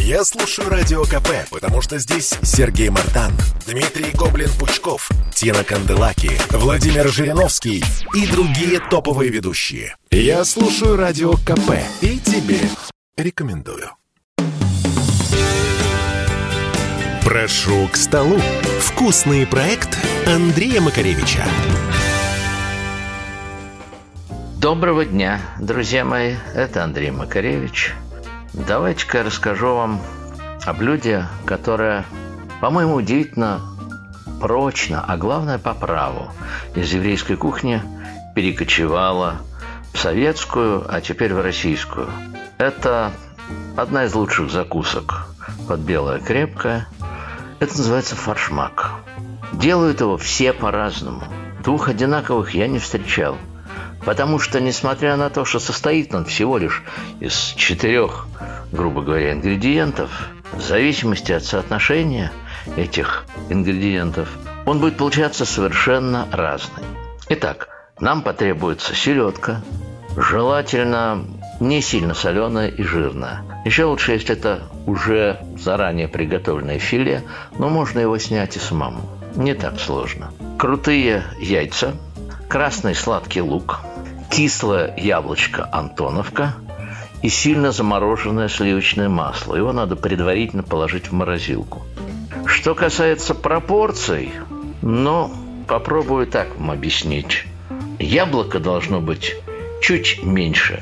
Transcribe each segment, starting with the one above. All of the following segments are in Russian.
Я слушаю Радио КП, потому что здесь Сергей Мартан, Дмитрий Гоблин-Пучков, Тина Канделаки, Владимир Жириновский и другие топовые ведущие. Я слушаю Радио КП и тебе рекомендую. Прошу к столу. Вкусный проект Андрея Макаревича. Доброго дня, друзья мои, это Андрей Макаревич. Давайте-ка я расскажу вам о блюде, которое, по-моему, удивительно прочно, а главное по праву, из еврейской кухни перекочевало в советскую, а теперь в российскую. Это одна из лучших закусок под белое крепкое. Это называется форшмак. Делают его все по-разному. Двух одинаковых я не встречал. Потому что, несмотря на то, что состоит он всего лишь из 4, грубо говоря, ингредиентов, в зависимости от соотношения этих ингредиентов, он будет получаться совершенно разный. Итак, нам потребуется селедка, желательно не сильно соленая и жирная. Еще лучше, если это уже заранее приготовленное филе, но можно его снять и самому. Не так сложно. Крутые яйца, красный сладкий лук, кислое яблочко Антоновка и сильно замороженное сливочное масло. Его надо предварительно положить в морозилку. Что касается пропорций, попробую так вам объяснить. Яблоко должно быть чуть меньше,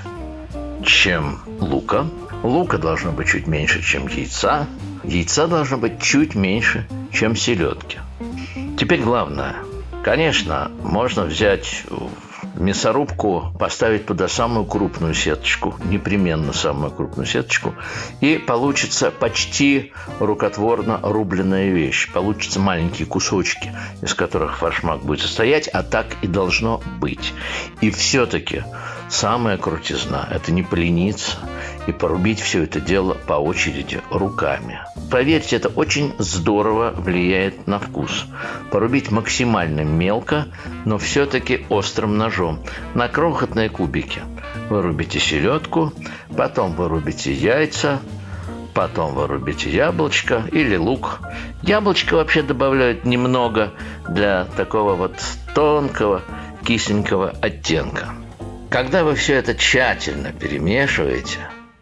чем лука. Лука должно быть чуть меньше, чем яйца. Яйца должно быть чуть меньше, чем селедки. Теперь главное. Конечно, можно взять мясорубку, поставить туда самую крупную сеточку, непременно самую крупную сеточку, и получится почти рукотворно рубленная вещь. Получатся маленькие кусочки, из которых форшмак будет состоять, а так и должно быть. И все-таки самая крутизна – это не полениться и порубить все это дело по очереди руками. Поверьте, это очень здорово влияет на вкус. Порубить максимально мелко, но все-таки острым ножом на крохотные кубики. Вырубите селедку, потом вырубите яйца, потом вырубите яблочко или лук. Яблочко вообще добавляют немного для такого вот тонкого кисленького оттенка. Когда вы все это тщательно перемешиваете,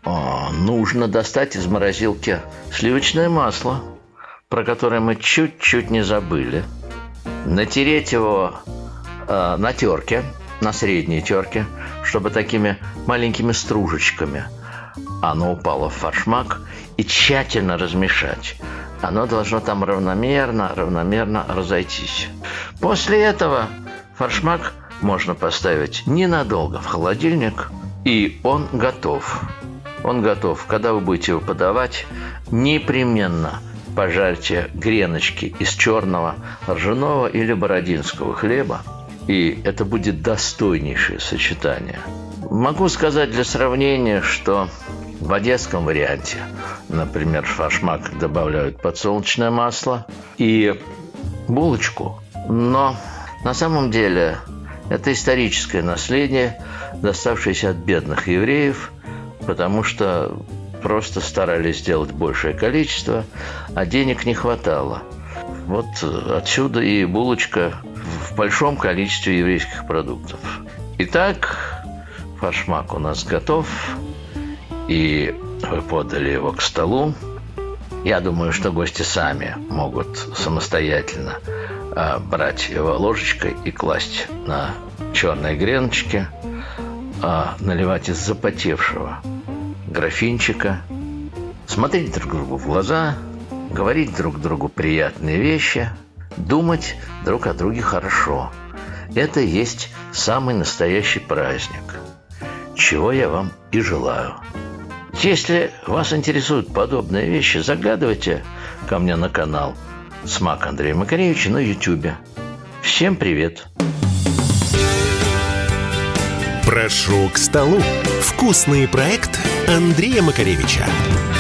нужно достать из морозилки сливочное масло, про которое мы чуть-чуть не забыли. Натереть его на терке, на средней терке, чтобы такими маленькими стружечками оно упало в форшмак, и тщательно размешать. Оно должно там равномерно разойтись. После этого форшмак можно поставить ненадолго в холодильник, и он готов. Он готов. Когда вы будете его подавать, непременно пожарьте греночки из черного ржаного или бородинского хлеба, и это будет достойнейшее сочетание. Могу сказать для сравнения, что в одесском варианте, например, в форшмак добавляют подсолнечное масло и булочку, но на самом деле это историческое наследие, доставшееся от бедных евреев, потому что просто старались сделать большее количество, а денег не хватало. Вот отсюда и булочка в большом количестве еврейских продуктов. Итак, форшмак у нас готов, и вы подали его к столу. Я думаю, что гости сами могут самостоятельно брать его ложечкой и класть на черные греночки, наливать из запотевшего графинчика, смотреть друг другу в глаза, говорить друг другу приятные вещи, думать друг о друге хорошо. Это и есть самый настоящий праздник, чего я вам и желаю. Если вас интересуют подобные вещи, заглядывайте ко мне на канал «Смак Андрея Макаревича» на YouTube. Всем привет! Прошу к столу. Вкусный проект Андрея Макаревича.